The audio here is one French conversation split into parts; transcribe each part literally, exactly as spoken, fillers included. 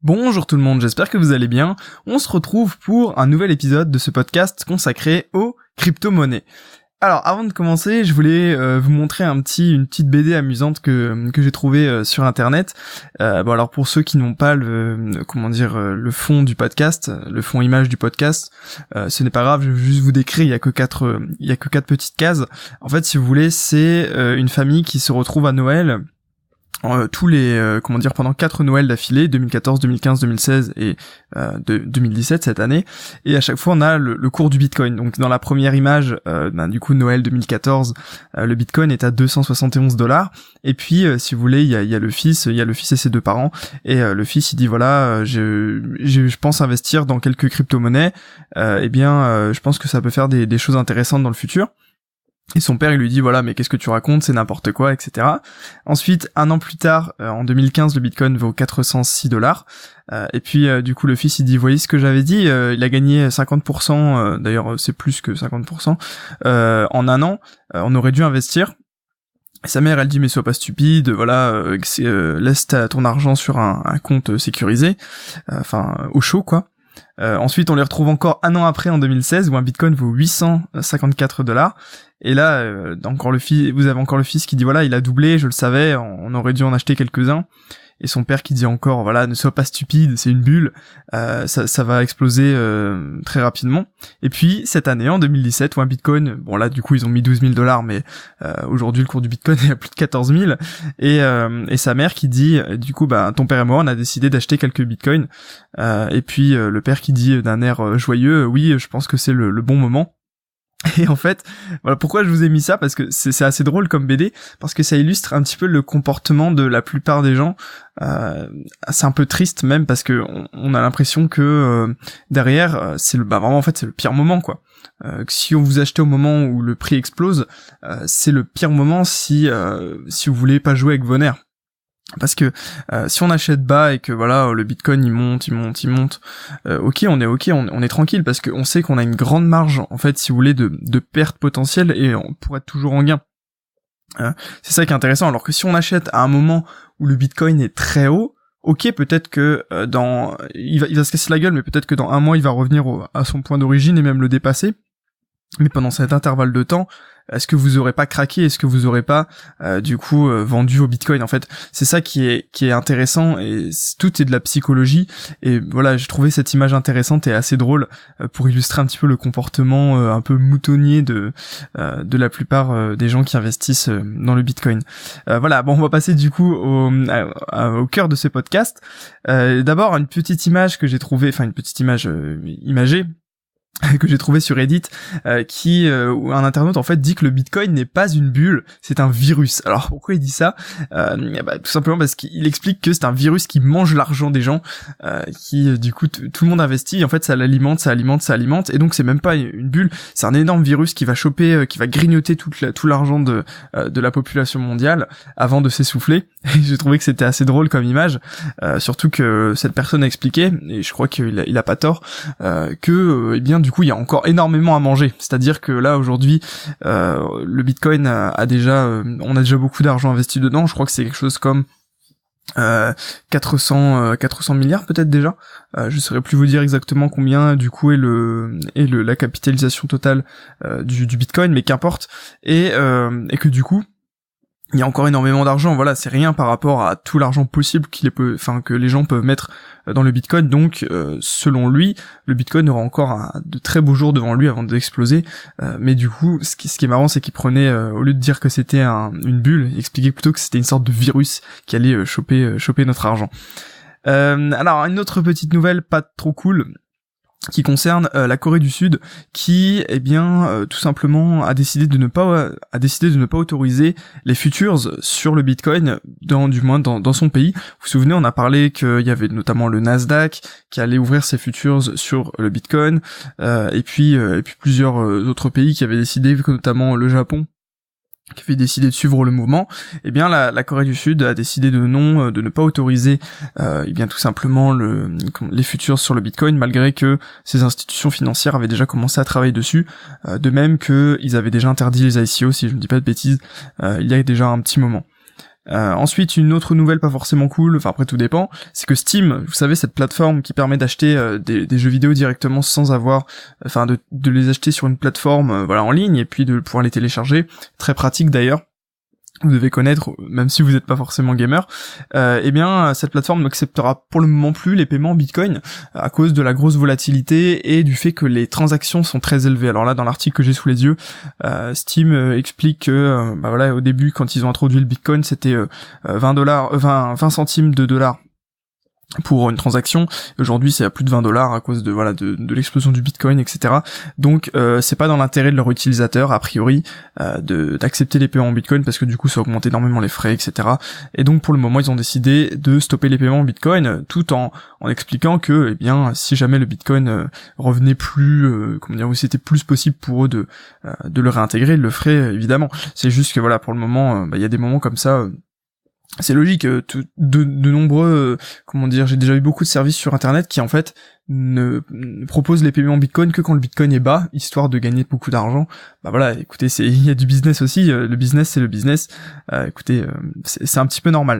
Bonjour tout le monde, j'espère que vous allez bien. On se retrouve pour un nouvel épisode de ce podcast consacré aux crypto-monnaies. Alors, avant de commencer, je voulais euh, vous montrer un petit, une petite B D amusante que que j'ai trouvée euh, sur internet. Euh, bon, alors pour ceux qui n'ont pas le, comment dire, euh, le fond du podcast, le fond image du podcast, euh, ce n'est pas grave. Je vais juste vous décrire. Il y a que quatre, euh, il y a que quatre petites cases. En fait, si vous voulez, c'est euh, une famille qui se retrouve à Noël. Euh, tous les euh, comment dire pendant quatre Noëls d'affilée, deux mille quatorze, deux mille quinze, deux mille seize et euh, de, deux mille dix-sept cette année, et à chaque fois on a le, le cours du Bitcoin. Donc dans la première image, euh, ben, du coup Noël deux mille quatorze, euh, le Bitcoin est à deux cent soixante et onze dollars, et puis euh, si vous voulez il y a, y a le fils, il y a le fils et ses deux parents, et euh, le fils il dit voilà, euh, je, je je pense investir dans quelques crypto-monnaies, euh, et bien euh, je pense que ça peut faire des, des choses intéressantes dans le futur. Et son père, il lui dit, voilà, mais qu'est-ce que tu racontes, c'est n'importe quoi, et cetera. Ensuite, un an plus tard, euh, en deux mille quinze, le Bitcoin vaut quatre cent six dollars. Euh, et puis, euh, du coup, le fils, il dit, voyez ce que j'avais dit, euh, il a gagné cinquante pour cent, euh, d'ailleurs, c'est plus que cinquante pour cent, euh, en un an, euh, on aurait dû investir. Et sa mère, elle dit, mais sois pas stupide, voilà, euh, c'est, euh, laisse ta, ton argent sur un, un compte sécurisé, enfin, euh, au chaud, quoi. Euh, ensuite, on les retrouve encore un an après, en deux mille seize, où un Bitcoin vaut huit cent cinquante-quatre dollars. Et là, euh, encore le fils, vous avez encore le fils qui dit voilà, il a doublé, je le savais, on aurait dû en acheter quelques-uns. Et son père qui dit encore voilà, ne sois pas stupide, c'est une bulle, euh, ça, ça va exploser euh, très rapidement. Et puis cette année, en deux mille dix-sept, où un Bitcoin, bon là du coup ils ont mis douze mille dollars, mais euh, aujourd'hui le cours du Bitcoin est à plus de quatorze mille. Et, euh, et sa mère qui dit du coup bah ton père et moi on a décidé d'acheter quelques Bitcoins. Euh, et puis euh, le père qui dit d'un air joyeux oui, je pense que c'est le, le bon moment. Et en fait, voilà pourquoi je vous ai mis ça, parce que c'est, c'est assez drôle comme B D, parce que ça illustre un petit peu le comportement de la plupart des gens. Euh, c'est un peu triste même, parce que on, on a l'impression que euh, derrière, c'est le, bah vraiment en fait c'est le pire moment quoi. Euh, que si on vous achetez au moment où le prix explose, euh, c'est le pire moment si euh, si vous voulez pas jouer avec vos nerfs. Parce que euh, si on achète bas et que voilà le Bitcoin il monte, il monte, il monte, euh, ok on est ok, on, on est tranquille parce qu'on sait qu'on a une grande marge en fait si vous voulez de, de perte potentielle et on pourrait être toujours en gain. Euh, c'est ça qui est intéressant. Alors que si on achète à un moment où le Bitcoin est très haut, ok peut-être que euh, dans il va il va se casser la gueule, mais peut-être que dans un mois il va revenir au, à son point d'origine et même le dépasser. Mais pendant cet intervalle de temps, est-ce que vous aurez pas craqué, est-ce que vous aurez pas euh, du coup euh, vendu au Bitcoin? En fait, c'est ça qui est qui est intéressant, et tout est de la psychologie. Et voilà, j'ai trouvé cette image intéressante et assez drôle euh, pour illustrer un petit peu le comportement euh, un peu moutonnier de euh, de la plupart euh, des gens qui investissent euh, dans le Bitcoin. Euh, voilà, bon, on va passer du coup au à, à, au cœur de ce podcast. Euh, d'abord, une petite image que j'ai trouvée, enfin une petite image euh, imagée que j'ai trouvé sur Reddit, euh, qui euh, où un internaute en fait dit que le Bitcoin n'est pas une bulle, c'est un virus. Alors pourquoi il dit ça? euh, bah, Tout simplement parce qu'il explique que c'est un virus qui mange l'argent des gens, euh, qui euh, du coup t- tout le monde investit, en fait ça l'alimente, ça alimente, ça alimente, et donc c'est même pas une bulle, c'est un énorme virus qui va choper, euh, qui va grignoter toute la, tout l'argent de euh, de la population mondiale avant de s'essouffler. Et j'ai trouvé que c'était assez drôle comme image, euh, surtout que cette personne a expliqué, et je crois qu'il a, il a pas tort, euh, que euh, eh bien du coup il y a encore énormément à manger, c'est-à-dire que là aujourd'hui euh, le Bitcoin a, a déjà euh, on a déjà beaucoup d'argent investi dedans. Je crois que c'est quelque chose comme euh, quatre cents euh, quatre cents milliards peut-être déjà, euh, je saurais plus vous dire exactement combien du coup est le est le la capitalisation totale euh, du, du Bitcoin, mais qu'importe, et euh, et que du coup il y a encore énormément d'argent. Voilà, c'est rien par rapport à tout l'argent possible qu'il peut, enfin que les gens peuvent mettre dans le Bitcoin. Donc, euh, selon lui, le Bitcoin aura encore un, de très beaux jours devant lui avant d'exploser. Euh, mais du coup, ce qui, ce qui est marrant, c'est qu'il prenait, euh, au lieu de dire que c'était un, une bulle, il expliquait plutôt que c'était une sorte de virus qui allait euh, choper, euh, choper notre argent. Euh, alors, une autre petite nouvelle pas trop cool, qui concerne euh, la Corée du Sud, qui eh bien euh, tout simplement a décidé de ne pas euh, a décidé de ne pas autoriser les futures sur le Bitcoin, dans du moins dans, dans son pays. Vous vous souvenez, on a parlé qu'il y avait notamment le Nasdaq qui allait ouvrir ses futures sur le Bitcoin, euh, et puis euh, et puis plusieurs euh, autres pays qui avaient décidé, notamment le Japon, qui avait décidé de suivre le mouvement. Eh bien la, la Corée du Sud a décidé de non, de ne pas autoriser euh, eh bien tout simplement le, les futures sur le Bitcoin, malgré que ces institutions financières avaient déjà commencé à travailler dessus, euh, de même que ils avaient déjà interdit les I C O, si je ne dis pas de bêtises, euh, il y a déjà un petit moment. Euh, ensuite, une autre nouvelle pas forcément cool, enfin après tout dépend, c'est que Steam, vous savez, cette plateforme qui permet d'acheter euh, des, des jeux vidéo directement sans avoir, enfin de, de les acheter sur une plateforme, euh, voilà, en ligne, et puis de pouvoir les télécharger, très pratique d'ailleurs. Vous devez connaître, même si vous n'êtes pas forcément gamer, euh, eh bien cette plateforme n'acceptera pour le moment plus les paiements en Bitcoin à cause de la grosse volatilité et du fait que les transactions sont très élevées. Alors là, dans l'article que j'ai sous les yeux, euh, Steam euh, explique que, euh, bah voilà, au début, quand ils ont introduit le Bitcoin, c'était euh, vingt dollars, vingt, vingt centimes de dollars pour une transaction. Aujourd'hui, c'est à plus de vingt dollars à cause de voilà de, de l'explosion du Bitcoin, et cetera. Donc, euh, c'est pas dans l'intérêt de leurs utilisateurs, a priori, euh, de d'accepter les paiements en Bitcoin parce que du coup, ça augmente énormément les frais, et cetera. Et donc, pour le moment, ils ont décidé de stopper les paiements en Bitcoin, tout en en expliquant que, eh bien, si jamais le Bitcoin euh, revenait plus, euh, comment dire, ou c'était plus possible pour eux de euh, de le réintégrer, ils le feraient évidemment. C'est juste que voilà, pour le moment, il euh, bah, y a des moments comme ça. Euh, C'est logique, de, de, de nombreux, euh, comment dire, j'ai déjà eu beaucoup de services sur internet qui en fait ne, ne proposent les paiements en Bitcoin que quand le Bitcoin est bas, histoire de gagner beaucoup d'argent. Bah voilà, écoutez, c'est il y a du business aussi, euh, le business c'est le business. Euh, écoutez, euh, c'est, c'est un petit peu normal.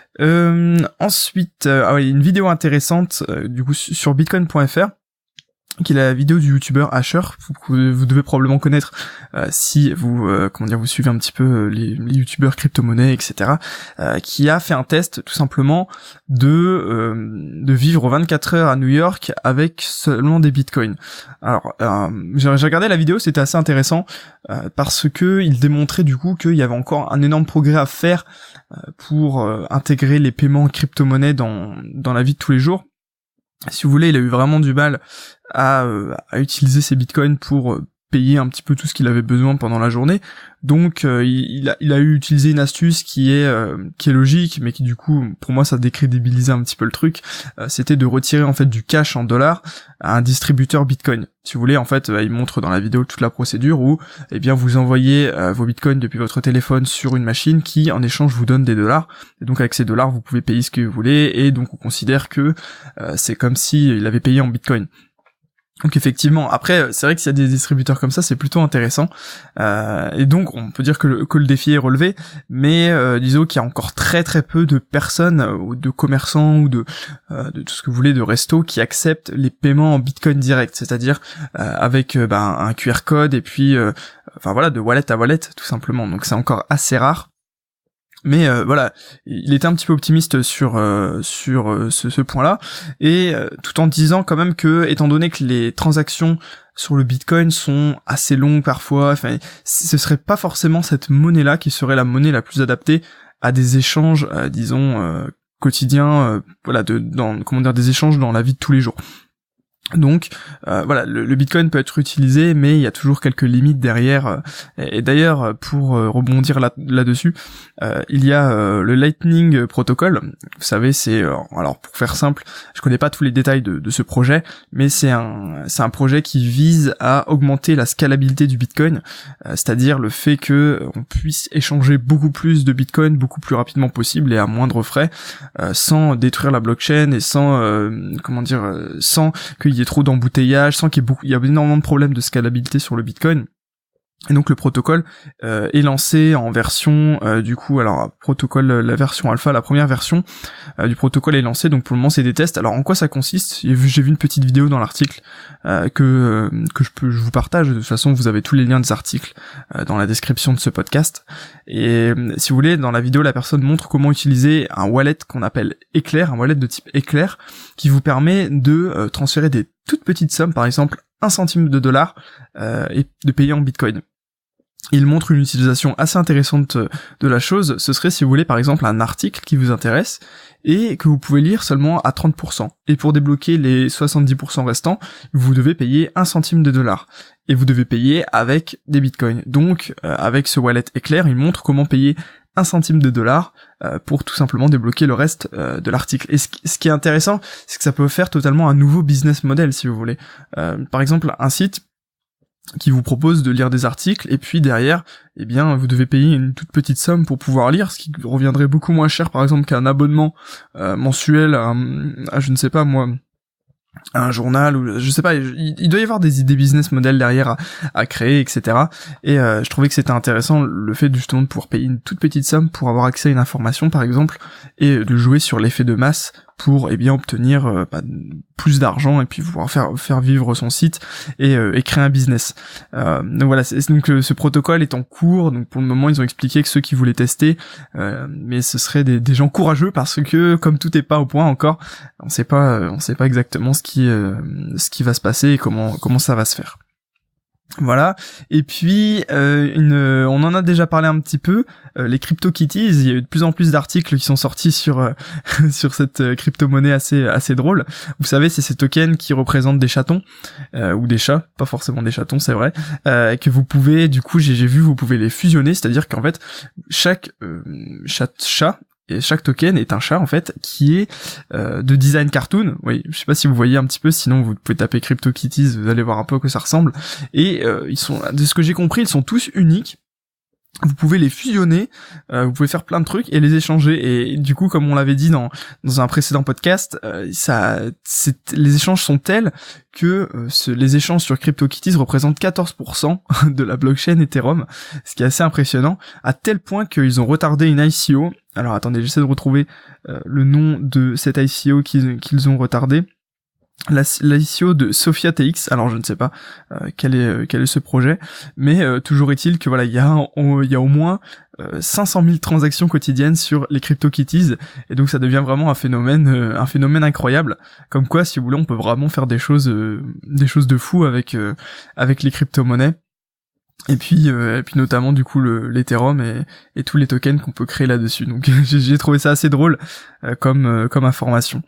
Euh, ensuite, euh, ah oui, une vidéo intéressante euh, du coup sur bitcoin point f r, qui est la vidéo du youtubeur Asher, vous, vous devez probablement connaître euh, si vous euh, comment dire vous suivez un petit peu euh, les, les youtubeurs crypto-monnaies, et cetera. Euh, qui a fait un test tout simplement de euh, de vivre vingt-quatre heures à New York avec seulement des bitcoins. Alors euh, j'ai, j'ai regardé la vidéo, c'était assez intéressant euh, parce que il démontrait du coup qu'il y avait encore un énorme progrès à faire euh, pour euh, intégrer les paiements en crypto-monnaie dans dans la vie de tous les jours. Si vous voulez, il a eu vraiment du mal à, euh, à utiliser ses bitcoins pour euh, payer un petit peu tout ce qu'il avait besoin pendant la journée. Donc euh, il, il a il a eu utilisé une astuce qui est euh, qui est logique, mais qui du coup pour moi ça décrédibilisait un petit peu le truc. Euh, c'était de retirer en fait du cash en dollars à un distributeur Bitcoin. Si vous voulez, en fait, euh, il montre dans la vidéo toute la procédure où eh bien vous envoyez euh, vos bitcoins depuis votre téléphone sur une machine qui en échange vous donne des dollars. Et donc avec ces dollars vous pouvez payer ce que vous voulez et donc on considère que euh, c'est comme si il avait payé en Bitcoin. Donc effectivement, après, c'est vrai que s'il y a des distributeurs comme ça, c'est plutôt intéressant. Euh, et donc, on peut dire que le, que le défi est relevé, mais euh, disons qu'il y a encore très très peu de personnes, ou de commerçants, ou de, euh, de tout ce que vous voulez, de restos, qui acceptent les paiements en Bitcoin direct, c'est-à-dire euh, avec euh, ben, un Q R code, et puis, euh, enfin voilà, de wallet à wallet, tout simplement. Donc c'est encore assez rare. Mais euh, voilà, il était un petit peu optimiste sur euh, sur euh, ce, ce point-là, et euh, tout en disant quand même que, étant donné que les transactions sur le Bitcoin sont assez longues parfois, enfin, ce serait pas forcément cette monnaie-là qui serait la monnaie la plus adaptée à des échanges, euh, disons euh, quotidiens, euh, voilà, de dans comment dire des échanges dans la vie de tous les jours. Donc euh, voilà, le, le Bitcoin peut être utilisé, mais il y a toujours quelques limites derrière. Et, et d'ailleurs, pour euh, rebondir là, là-dessus, euh, il y a euh, le Lightning Protocol. Vous savez, c'est euh, alors pour faire simple, je connais pas tous les détails de, de ce projet, mais c'est un c'est un projet qui vise à augmenter la scalabilité du Bitcoin, euh, c'est-à-dire le fait que on puisse échanger beaucoup plus de Bitcoin beaucoup plus rapidement possible et à moindre frais, euh, sans détruire la blockchain et sans euh, comment dire, euh, sans que il y ait trop d'embouteillage, sans qu'il y ait beaucoup, il y a énormément de problèmes de scalabilité sur le Bitcoin. Et donc le protocole euh, est lancé en version euh, du coup alors protocole la version alpha, la première version euh, du protocole est lancée, donc pour le moment c'est des tests. Alors en quoi ça consiste? J'ai vu, j'ai vu une petite vidéo dans l'article euh, que euh, que je peux je vous partage. De toute façon vous avez tous les liens des articles euh, dans la description de ce podcast. Et euh, si vous voulez, dans la vidéo la personne montre comment utiliser un wallet qu'on appelle Éclair, un wallet de type Éclair qui vous permet de euh, transférer des toutes petites sommes, par exemple un centime de dollar euh, et de payer en Bitcoin. Il montre une utilisation assez intéressante de la chose. Ce serait, si vous voulez, par exemple, un article qui vous intéresse et que vous pouvez lire seulement à trente pour cent. Et pour débloquer les soixante-dix pour cent restants, vous devez payer un centime de dollar. Et vous devez payer avec des bitcoins. Donc, euh, avec ce wallet Éclair, il montre comment payer un centime de dollar euh, pour tout simplement débloquer le reste euh, de l'article. Et ce qui, ce qui est intéressant, c'est que ça peut faire totalement un nouveau business model, si vous voulez. Euh, par exemple, un site qui vous propose de lire des articles, et puis derrière, eh bien, vous devez payer une toute petite somme pour pouvoir lire, ce qui reviendrait beaucoup moins cher, par exemple, qu'un abonnement euh, mensuel à, à, je ne sais pas moi, un journal ou je sais pas, il, il doit y avoir des idées business model derrière à, à créer, et cetera. Et euh, je trouvais que c'était intéressant le fait justement de pouvoir payer une toute petite somme pour avoir accès à une information par exemple, et de jouer sur l'effet de masse pour eh bien obtenir euh, bah, plus d'argent et puis pouvoir faire faire vivre son site et, euh, et créer un business. Euh, donc voilà, c'est, donc euh, ce protocole est en cours. Donc pour le moment, ils ont expliqué que ceux qui voulaient tester, euh, mais ce seraient des, des gens courageux parce que comme tout est pas au point encore, on sait pas, on sait pas exactement ce qui euh, ce qui va se passer et comment comment ça va se faire. Voilà. Et puis euh, une, on en a déjà parlé un petit peu. Euh, les CryptoKitties, il y a eu de plus en plus d'articles qui sont sortis sur euh, sur cette euh, crypto-monnaie assez assez drôle. Vous savez, c'est ces tokens qui représentent des chatons euh, ou des chats, pas forcément des chatons, c'est vrai. Euh, que vous pouvez, du coup, j'ai j'ai vu, vous pouvez les fusionner, c'est-à-dire qu'en fait chaque euh, chat chat et chaque token est un chat en fait qui est euh, de design cartoon. Oui, je sais pas si vous voyez un petit peu, sinon vous pouvez taper CryptoKitties, vous allez voir un peu à quoi ça ressemble. Et euh, ils sont, de ce que j'ai compris, ils sont tous uniques. Vous pouvez les fusionner, euh, vous pouvez faire plein de trucs et les échanger. Et du coup, comme on l'avait dit dans dans un précédent podcast, euh, ça, c'est, les échanges sont tels que euh, ce, les échanges sur CryptoKitties représentent quatorze pour cent de la blockchain Ethereum, ce qui est assez impressionnant, à tel point qu'ils ont retardé une I C O. Alors attendez, j'essaie de retrouver euh, le nom de cette I C O qu'ils, qu'ils ont retardé. La, la I C O de Sophia T X, alors je ne sais pas euh, quel est euh, quel est ce projet, mais euh, toujours est-il que voilà, il y a il y a au moins euh, cinq cent mille transactions quotidiennes sur les CryptoKitties, et donc ça devient vraiment un phénomène euh, un phénomène incroyable. Comme quoi, si vous voulez, on peut vraiment faire des choses euh, des choses de fou avec euh, avec les crypto-monnaies. Et puis, euh, et puis notamment du coup le, l'Ethereum et, et tous les tokens qu'on peut créer là-dessus. Donc j'ai, j'ai trouvé ça assez drôle euh, comme euh, comme information.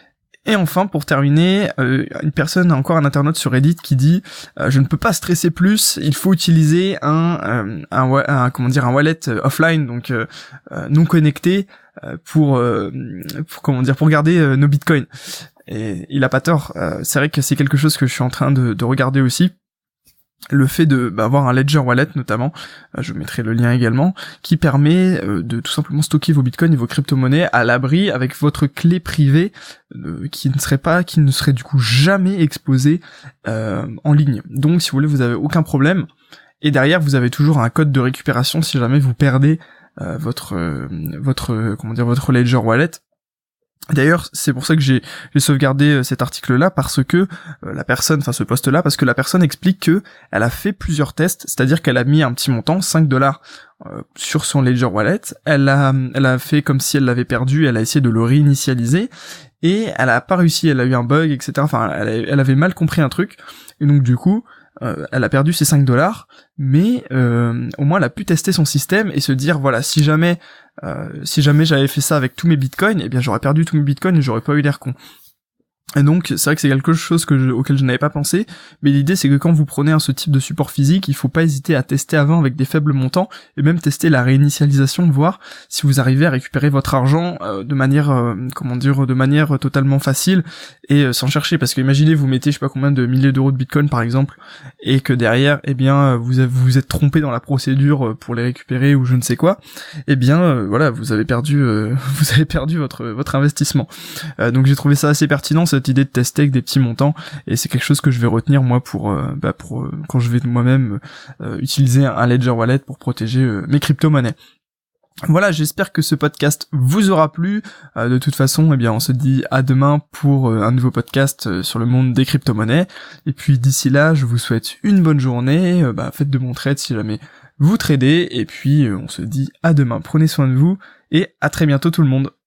Et enfin, pour terminer, euh, une personne, encore un internaute sur Reddit qui dit euh, je ne peux pas stresser plus, il faut utiliser un, euh, un, un comment dire un wallet offline, donc euh, euh, non connecté, euh, pour, euh, pour comment dire pour garder euh, nos bitcoins. Et il a pas tort. Euh, c'est vrai que c'est quelque chose que je suis en train de, de regarder aussi. Le fait de bah, avoir un Ledger Wallet notamment, euh, je mettrai le lien également, qui permet euh, de tout simplement stocker vos bitcoins et vos crypto-monnaies à l'abri avec votre clé privée euh, qui ne serait pas, qui ne serait du coup jamais exposée euh, en ligne. Donc si vous voulez, vous avez aucun problème. Et derrière, vous avez toujours un code de récupération si jamais vous perdez euh, votre euh, votre euh, comment dire votre Ledger Wallet. D'ailleurs, c'est pour ça que j'ai, j'ai sauvegardé cet article-là, parce que euh, la personne, enfin ce post-là, parce que la personne explique que elle a fait plusieurs tests, c'est-à-dire qu'elle a mis un petit montant, cinq dollars, euh, sur son Ledger Wallet, elle a, elle a fait comme si elle l'avait perdu, elle a essayé de le réinitialiser, et elle a pas réussi, elle a eu un bug, et cetera. Enfin, elle, elle avait mal compris un truc, et donc du coup, Euh, elle a perdu ses cinq dollars, mais euh, au moins elle a pu tester son système et se dire voilà, si jamais euh, si jamais j'avais fait ça avec tous mes bitcoins, eh bien j'aurais perdu tous mes bitcoins et j'aurais pas eu l'air con. Et donc c'est vrai que c'est quelque chose que je, auquel je n'avais pas pensé, mais l'idée c'est que quand vous prenez un, ce type de support physique, il faut pas hésiter à tester avant avec des faibles montants, et même tester la réinitialisation, voir si vous arrivez à récupérer votre argent euh, de manière, euh, comment dire, de manière totalement facile et euh, sans chercher, parce que imaginez vous mettez je sais pas combien de milliers d'euros de bitcoin par exemple, et que derrière, eh bien vous avez, vous êtes trompé dans la procédure pour les récupérer ou je ne sais quoi, eh bien euh, voilà, vous avez perdu, euh, vous avez perdu votre votre investissement. Euh, donc j'ai trouvé ça assez pertinent, cette idée de tester avec des petits montants, et c'est quelque chose que je vais retenir moi pour euh, bah pour euh, quand je vais moi-même euh, utiliser un Ledger Wallet pour protéger euh, mes crypto-monnaies. Voilà, j'espère que ce podcast vous aura plu. Euh, de toute façon, eh bien on se dit à demain pour euh, un nouveau podcast euh, sur le monde des crypto-monnaies, et puis d'ici là je vous souhaite une bonne journée, euh, bah faites de bons trades si jamais vous tradez, et puis euh, on se dit à demain, prenez soin de vous et à très bientôt tout le monde.